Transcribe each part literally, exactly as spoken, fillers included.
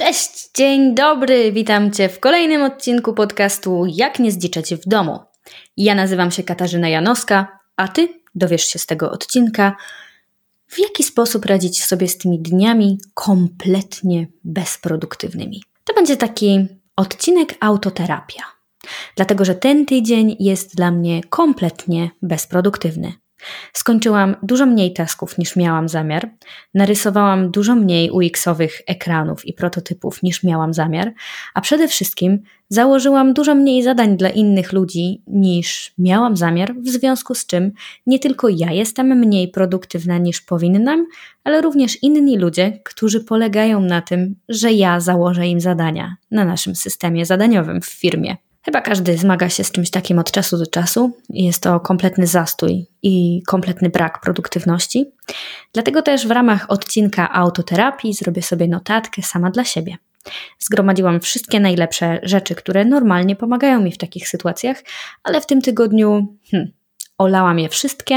Cześć, dzień dobry, witam Cię w kolejnym odcinku podcastu Jak nie zdziczeć w domu. Ja nazywam się Katarzyna Janowska, a Ty dowiesz się z tego odcinka, w jaki sposób radzić sobie z tymi dniami kompletnie bezproduktywnymi. To będzie taki odcinek autoterapia, dlatego że ten tydzień jest dla mnie kompletnie bezproduktywny. Skończyłam dużo mniej tasków niż miałam zamiar, narysowałam dużo mniej U X-owych ekranów i prototypów niż miałam zamiar, a przede wszystkim założyłam dużo mniej zadań dla innych ludzi niż miałam zamiar, w związku z czym nie tylko ja jestem mniej produktywna niż powinnam, ale również inni ludzie, którzy polegają na tym, że ja założę im zadania na naszym systemie zadaniowym w firmie. Chyba każdy zmaga się z czymś takim od czasu do czasu. Jest to kompletny zastój i kompletny brak produktywności. Dlatego też w ramach odcinka autoterapii zrobię sobie notatkę sama dla siebie. Zgromadziłam wszystkie najlepsze rzeczy, które normalnie pomagają mi w takich sytuacjach, ale w tym tygodniu hmm, olałam je wszystkie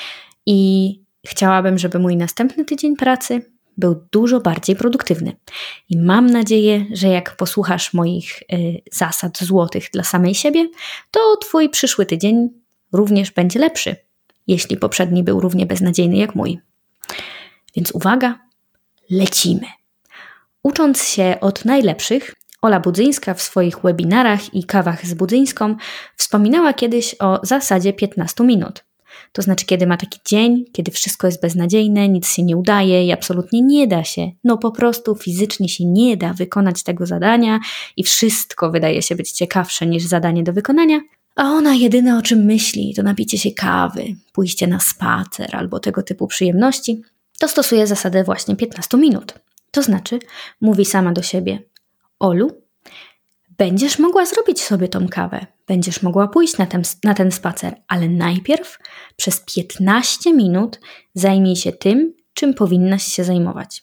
i chciałabym, żeby mój następny tydzień pracy był dużo bardziej produktywny. I mam nadzieję, że jak posłuchasz moich y, zasad złotych dla samej siebie, to Twój przyszły tydzień również będzie lepszy, jeśli poprzedni był równie beznadziejny jak mój. Więc uwaga, lecimy. Ucząc się od najlepszych, Ola Budzyńska w swoich webinarach i kawach z Budzyńską wspominała kiedyś o zasadzie piętnastu minut. To znaczy, kiedy ma taki dzień, kiedy wszystko jest beznadziejne, nic się nie udaje i absolutnie nie da się, no po prostu fizycznie się nie da wykonać tego zadania i wszystko wydaje się być ciekawsze niż zadanie do wykonania, a ona jedyne o czym myśli to napicie się kawy, pójście na spacer albo tego typu przyjemności, to stosuje zasadę właśnie piętnastu minut. To znaczy, mówi sama do siebie: Olu, będziesz mogła zrobić sobie tą kawę, będziesz mogła pójść na ten, na ten spacer, ale najpierw przez piętnaście minut zajmij się tym, czym powinnaś się zajmować.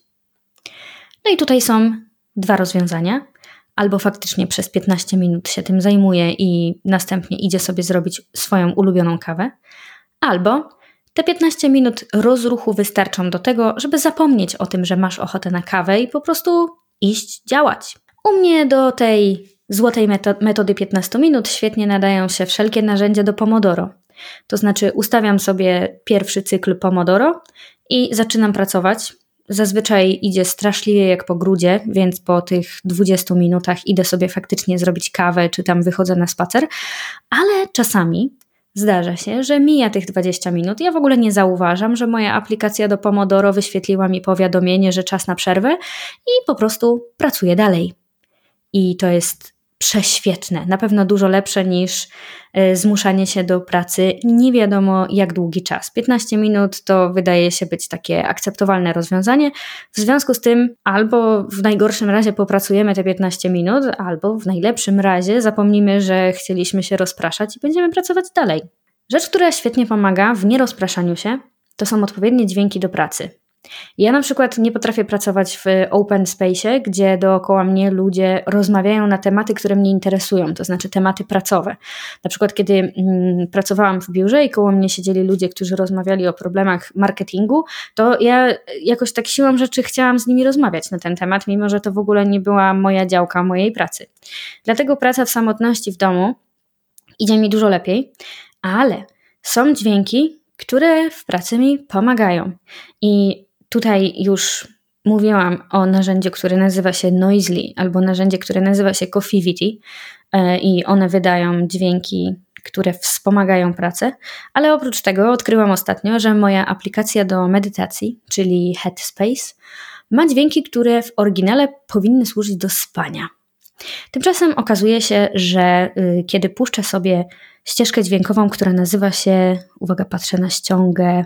No i tutaj są dwa rozwiązania. Albo faktycznie przez piętnaście minut się tym zajmuje i następnie idzie sobie zrobić swoją ulubioną kawę, albo te piętnaście minut rozruchu wystarczą do tego, żeby zapomnieć o tym, że masz ochotę na kawę i po prostu iść działać. U mnie do tej złotej metody piętnastu minut świetnie nadają się wszelkie narzędzia do Pomodoro. To znaczy ustawiam sobie pierwszy cykl Pomodoro i zaczynam pracować. Zazwyczaj idzie straszliwie jak po grudzie, więc po tych dwudziestu minutach idę sobie faktycznie zrobić kawę, czy tam wychodzę na spacer, ale czasami zdarza się, że mija tych dwadzieścia minut. Ja w ogóle nie zauważam, że moja aplikacja do Pomodoro wyświetliła mi powiadomienie, że czas na przerwę i po prostu pracuję dalej. I to jest prześwietne, na pewno dużo lepsze niż y, zmuszanie się do pracy nie wiadomo jak długi czas. piętnaście minut to wydaje się być takie akceptowalne rozwiązanie, w związku z tym albo w najgorszym razie popracujemy te piętnaście minut, albo w najlepszym razie zapomnimy, że chcieliśmy się rozpraszać i będziemy pracować dalej. Rzecz, która świetnie pomaga w nierozpraszaniu się, to są odpowiednie dźwięki do pracy. Ja na przykład nie potrafię pracować w open space, gdzie dookoła mnie ludzie rozmawiają na tematy, które mnie interesują, to znaczy tematy pracowe. Na przykład kiedy mm, pracowałam w biurze i koło mnie siedzieli ludzie, którzy rozmawiali o problemach marketingu, to ja jakoś tak siłą rzeczy chciałam z nimi rozmawiać na ten temat, mimo że to w ogóle nie była moja działka mojej pracy. Dlatego praca w samotności w domu idzie mi dużo lepiej, ale są dźwięki, które w pracy mi pomagają. I tutaj już mówiłam o narzędziu, które nazywa się Noisly, albo narzędzie, które nazywa się Coffeevity i one wydają dźwięki, które wspomagają pracę, ale oprócz tego odkryłam ostatnio, że moja aplikacja do medytacji, czyli Headspace, ma dźwięki, które w oryginale powinny służyć do spania. Tymczasem okazuje się, że y, kiedy puszczę sobie ścieżkę dźwiękową, która nazywa się, uwaga, patrzę na ściągę,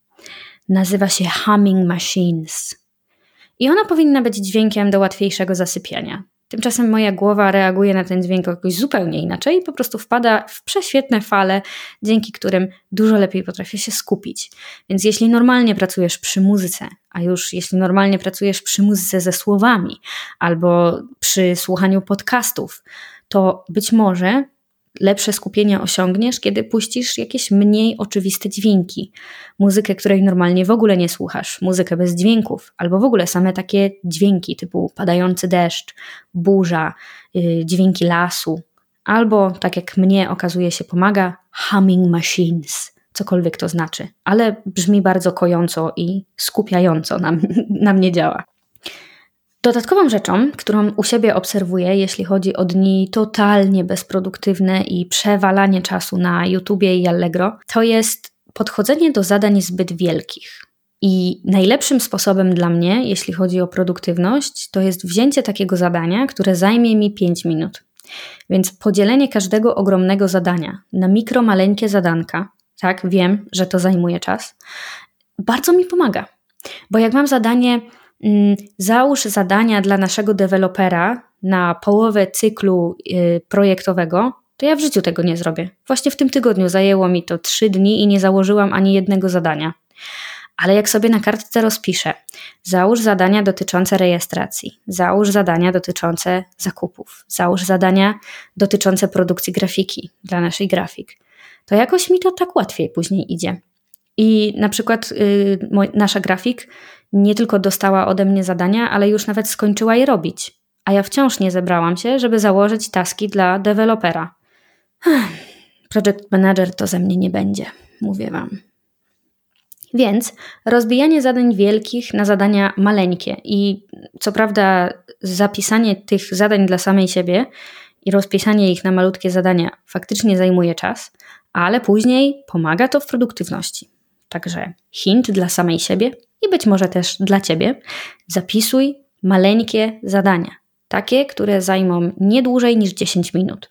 nazywa się Humming Machines. I ona powinna być dźwiękiem do łatwiejszego zasypiania. Tymczasem moja głowa reaguje na ten dźwięk jakoś zupełnie inaczej i po prostu wpada w prześwietne fale, dzięki którym dużo lepiej potrafię się skupić. Więc jeśli normalnie pracujesz przy muzyce, a już jeśli normalnie pracujesz przy muzyce ze słowami albo przy słuchaniu podcastów, to być może lepsze skupienie osiągniesz, kiedy puścisz jakieś mniej oczywiste dźwięki. Muzykę, której normalnie w ogóle nie słuchasz, muzykę bez dźwięków, albo w ogóle same takie dźwięki typu padający deszcz, burza, yy, dźwięki lasu, albo tak jak mnie okazuje się pomaga, humming machines, cokolwiek to znaczy, ale brzmi bardzo kojąco i skupiająco na, na mnie działa. Dodatkową rzeczą, którą u siebie obserwuję, jeśli chodzi o dni totalnie bezproduktywne i przewalanie czasu na YouTubie i Allegro, to jest podchodzenie do zadań zbyt wielkich. I najlepszym sposobem dla mnie, jeśli chodzi o produktywność, to jest wzięcie takiego zadania, które zajmie mi pięć minut. Więc podzielenie każdego ogromnego zadania na mikro, maleńkie zadanka, tak, wiem, że to zajmuje czas, bardzo mi pomaga. Bo jak mam zadanie, mm, załóż zadania dla naszego dewelopera na połowę cyklu y, projektowego, to ja w życiu tego nie zrobię. Właśnie w tym tygodniu zajęło mi to trzy dni i nie założyłam ani jednego zadania. Ale jak sobie na kartce rozpiszę, załóż zadania dotyczące rejestracji, załóż zadania dotyczące zakupów, załóż zadania dotyczące produkcji grafiki dla naszej grafik, to jakoś mi to tak łatwiej później idzie. I na przykład yy, moj, nasza grafik nie tylko dostała ode mnie zadania, ale już nawet skończyła je robić. A ja wciąż nie zebrałam się, żeby założyć taski dla dewelopera. Project manager to ze mnie nie będzie, mówię wam. Więc rozbijanie zadań wielkich na zadania maleńkie i co prawda zapisanie tych zadań dla samej siebie i rozpisanie ich na malutkie zadania faktycznie zajmuje czas, ale później pomaga to w produktywności. Także hint dla samej siebie i być może też dla ciebie. Zapisuj maleńkie zadania, takie, które zajmą nie dłużej niż dziesięć minut.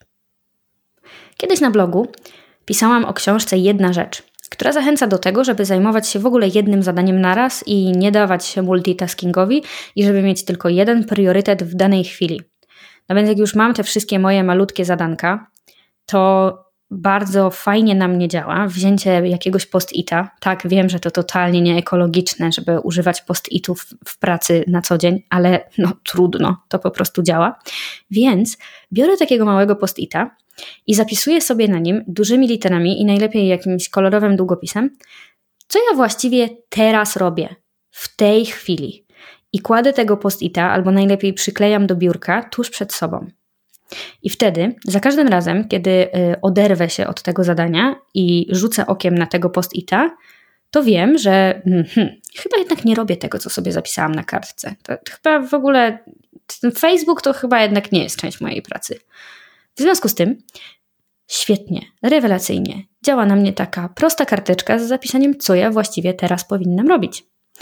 Kiedyś na blogu pisałam o książce Jedna rzecz, która zachęca do tego, żeby zajmować się w ogóle jednym zadaniem naraz i nie dawać się multitaskingowi i żeby mieć tylko jeden priorytet w danej chwili. No więc jak już mam te wszystkie moje malutkie zadanka, to bardzo fajnie na mnie działa wzięcie jakiegoś post-ita. Tak, wiem, że to totalnie nieekologiczne, żeby używać post-itów w pracy na co dzień, ale no trudno, to po prostu działa. Więc biorę takiego małego post-ita i zapisuję sobie na nim dużymi literami i najlepiej jakimś kolorowym długopisem, co ja właściwie teraz robię, w tej chwili. I kładę tego post-ita albo najlepiej przyklejam do biurka tuż przed sobą. I wtedy za każdym razem, kiedy oderwę się od tego zadania i rzucę okiem na tego post-ita, to wiem, że hmm, chyba jednak nie robię tego, co sobie zapisałam na kartce. To chyba w ogóle ten Facebook to chyba jednak nie jest część mojej pracy. W związku z tym świetnie, rewelacyjnie działa na mnie taka prosta karteczka z zapisaniem, co ja właściwie teraz powinnam robić.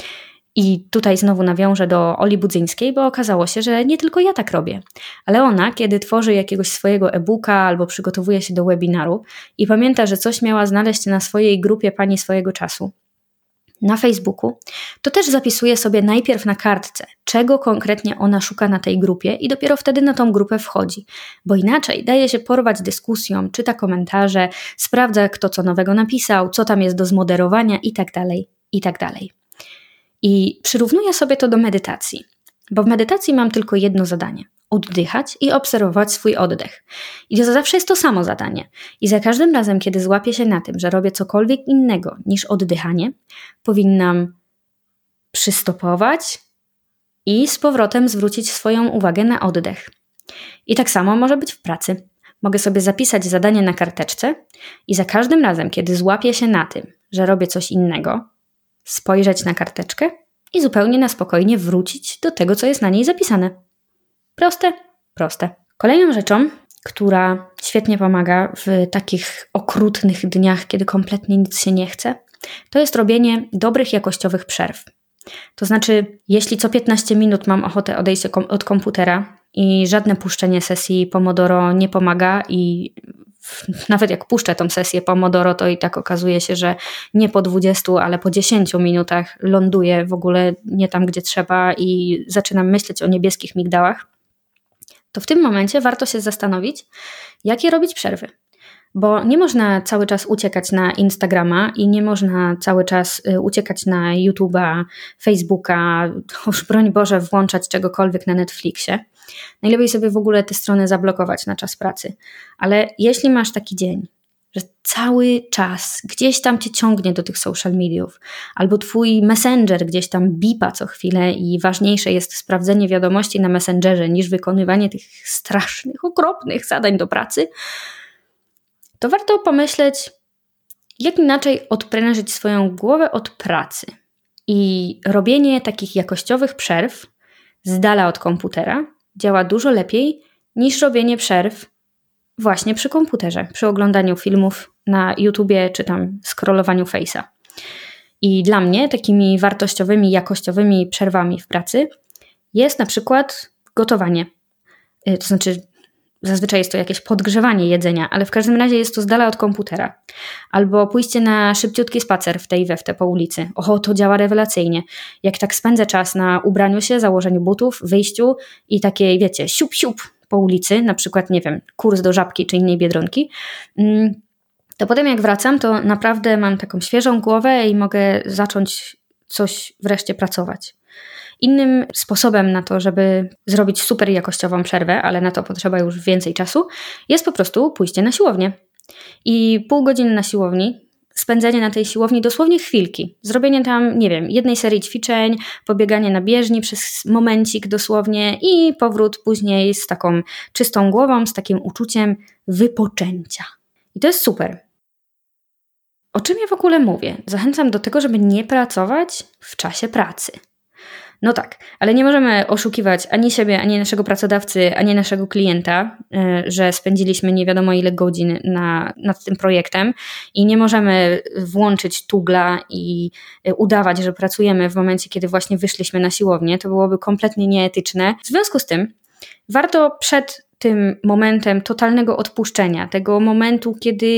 I tutaj znowu nawiążę do Oli Budzyńskiej, bo okazało się, że nie tylko ja tak robię, ale ona, kiedy tworzy jakiegoś swojego e-booka albo przygotowuje się do webinaru i pamięta, że coś miała znaleźć na swojej grupie Pani swojego czasu na Facebooku, to też zapisuje sobie najpierw na kartce, czego konkretnie ona szuka na tej grupie i dopiero wtedy na tą grupę wchodzi, bo inaczej daje się porwać dyskusją, czyta komentarze, sprawdza, kto co nowego napisał, co tam jest do zmoderowania i tak dalej, i tak dalej. I przyrównuję sobie to do medytacji, bo w medytacji mam tylko jedno zadanie – oddychać i obserwować swój oddech. I to zawsze jest to samo zadanie. I za każdym razem, kiedy złapię się na tym, że robię cokolwiek innego niż oddychanie, powinnam przystopować i z powrotem zwrócić swoją uwagę na oddech. I tak samo może być w pracy. Mogę sobie zapisać zadanie na karteczce i za każdym razem, kiedy złapię się na tym, że robię coś innego, spojrzeć na karteczkę i zupełnie na spokojnie wrócić do tego, co jest na niej zapisane. Proste, proste. Kolejną rzeczą, która świetnie pomaga w takich okrutnych dniach, kiedy kompletnie nic się nie chce, to jest robienie dobrych, jakościowych przerw. To znaczy, jeśli co piętnaście minut mam ochotę odejść od komputera i żadne puszczenie sesji Pomodoro nie pomaga i nawet jak puszczę tą sesję Pomodoro, to i tak okazuje się, że nie po dwudziestu, ale po dziesięciu minutach ląduję w ogóle nie tam, gdzie trzeba i zaczynam myśleć o niebieskich migdałach, to w tym momencie warto się zastanowić, jakie robić przerwy. Bo nie można cały czas uciekać na Instagrama i nie można cały czas uciekać na YouTube'a, Facebooka, już broń Boże włączać czegokolwiek na Netflixie. Najlepiej sobie w ogóle te strony zablokować na czas pracy. Ale jeśli masz taki dzień, że cały czas gdzieś tam cię ciągnie do tych social mediów, albo twój messenger gdzieś tam bipa co chwilę i ważniejsze jest sprawdzenie wiadomości na messengerze niż wykonywanie tych strasznych, okropnych zadań do pracy, to warto pomyśleć, jak inaczej odprężyć swoją głowę od pracy. I robienie takich jakościowych przerw z dala od komputera działa dużo lepiej niż robienie przerw właśnie przy komputerze, przy oglądaniu filmów na YouTubie czy tam scrollowaniu Face'a. I dla mnie takimi wartościowymi, jakościowymi przerwami w pracy jest na przykład gotowanie. To znaczy zazwyczaj jest to jakieś podgrzewanie jedzenia, ale w każdym razie jest to z dala od komputera. Albo pójście na szybciutki spacer w tej i we w te po ulicy. Oho, to działa rewelacyjnie. Jak tak spędzę czas na ubraniu się, założeniu butów, wyjściu i takie, wiecie, siup, siup po ulicy, na przykład, nie wiem, kurs do Żabki czy innej Biedronki, to potem jak wracam, to naprawdę mam taką świeżą głowę i mogę zacząć coś wreszcie pracować. Innym sposobem na to, żeby zrobić super jakościową przerwę, ale na to potrzeba już więcej czasu, jest po prostu pójście na siłownię. I pół godziny na siłowni, spędzenie na tej siłowni dosłownie chwilki. Zrobienie tam, nie wiem, jednej serii ćwiczeń, pobieganie na bieżni przez momencik dosłownie i powrót później z taką czystą głową, z takim uczuciem wypoczęcia. I to jest super. O czym ja w ogóle mówię? Zachęcam do tego, żeby nie pracować w czasie pracy. No tak, ale nie możemy oszukiwać ani siebie, ani naszego pracodawcy, ani naszego klienta, że spędziliśmy nie wiadomo ile godzin na, nad tym projektem i nie możemy włączyć tugla i udawać, że pracujemy w momencie, kiedy właśnie wyszliśmy na siłownię. To byłoby kompletnie nieetyczne. W związku z tym warto przed tym momentem totalnego odpuszczenia, tego momentu, kiedy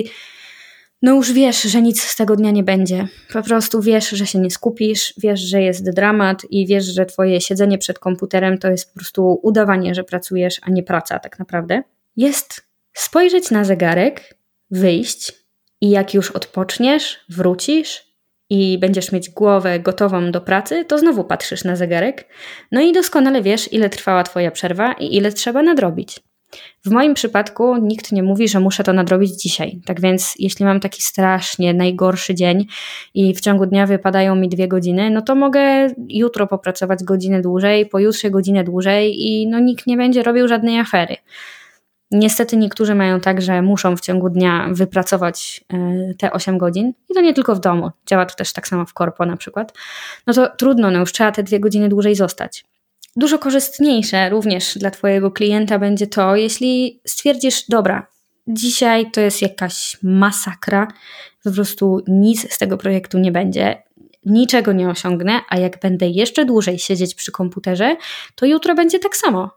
no już wiesz, że nic z tego dnia nie będzie. Po prostu wiesz, że się nie skupisz, wiesz, że jest dramat i wiesz, że twoje siedzenie przed komputerem to jest po prostu udawanie, że pracujesz, a nie praca tak naprawdę. Jest spojrzeć na zegarek, wyjść i jak już odpoczniesz, wrócisz i będziesz mieć głowę gotową do pracy, to znowu patrzysz na zegarek, no i doskonale wiesz, ile trwała twoja przerwa i ile trzeba nadrobić. W moim przypadku nikt nie mówi, że muszę to nadrobić dzisiaj. Tak więc jeśli mam taki strasznie najgorszy dzień i w ciągu dnia wypadają mi dwie godziny, no to mogę jutro popracować godzinę dłużej, pojutrze godzinę dłużej i no nikt nie będzie robił żadnej afery. Niestety niektórzy mają tak, że muszą w ciągu dnia wypracować te osiem godzin i to nie tylko w domu. Działa to też tak samo w korpo na przykład. No to trudno, no już trzeba te dwie godziny dłużej zostać. Dużo korzystniejsze również dla twojego klienta będzie to, jeśli stwierdzisz, dobra, dzisiaj to jest jakaś masakra, po prostu nic z tego projektu nie będzie, niczego nie osiągnę, a jak będę jeszcze dłużej siedzieć przy komputerze, to jutro będzie tak samo,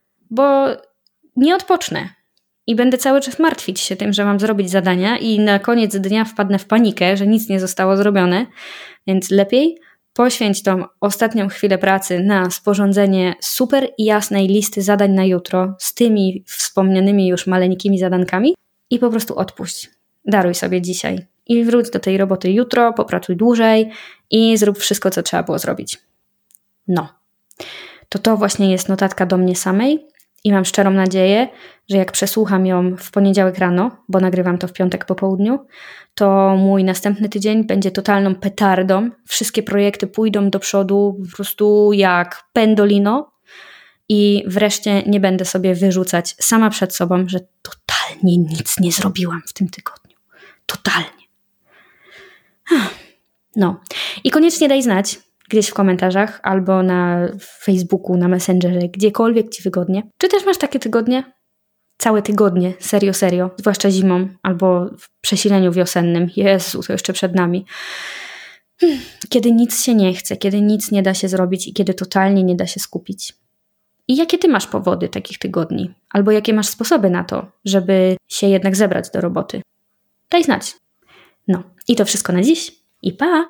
bo nie odpocznę i będę cały czas martwić się tym, że mam zrobić zadania i na koniec dnia wpadnę w panikę, że nic nie zostało zrobione, więc lepiej poświęć tą ostatnią chwilę pracy na sporządzenie super i jasnej listy zadań na jutro z tymi wspomnianymi już maleńkimi zadankami i po prostu odpuść. Daruj sobie dzisiaj i wróć do tej roboty jutro, popracuj dłużej i zrób wszystko, co trzeba było zrobić. No, to to właśnie jest notatka do mnie samej i mam szczerą nadzieję, że jak przesłucham ją w poniedziałek rano, bo nagrywam to w piątek po południu, to mój następny tydzień będzie totalną petardą. Wszystkie projekty pójdą do przodu po prostu jak pendolino i wreszcie nie będę sobie wyrzucać sama przed sobą, że totalnie nic nie zrobiłam w tym tygodniu. Totalnie. No i koniecznie daj znać gdzieś w komentarzach albo na Facebooku, na Messengerze, gdziekolwiek ci wygodnie. Czy też masz takie tygodnie? Całe tygodnie, serio, serio, zwłaszcza zimą albo w przesileniu wiosennym. Jezu, to jeszcze przed nami. Kiedy nic się nie chce, kiedy nic nie da się zrobić i kiedy totalnie nie da się skupić. I jakie ty masz powody takich tygodni? Albo jakie masz sposoby na to, żeby się jednak zebrać do roboty? Daj znać. No i to wszystko na dziś i pa!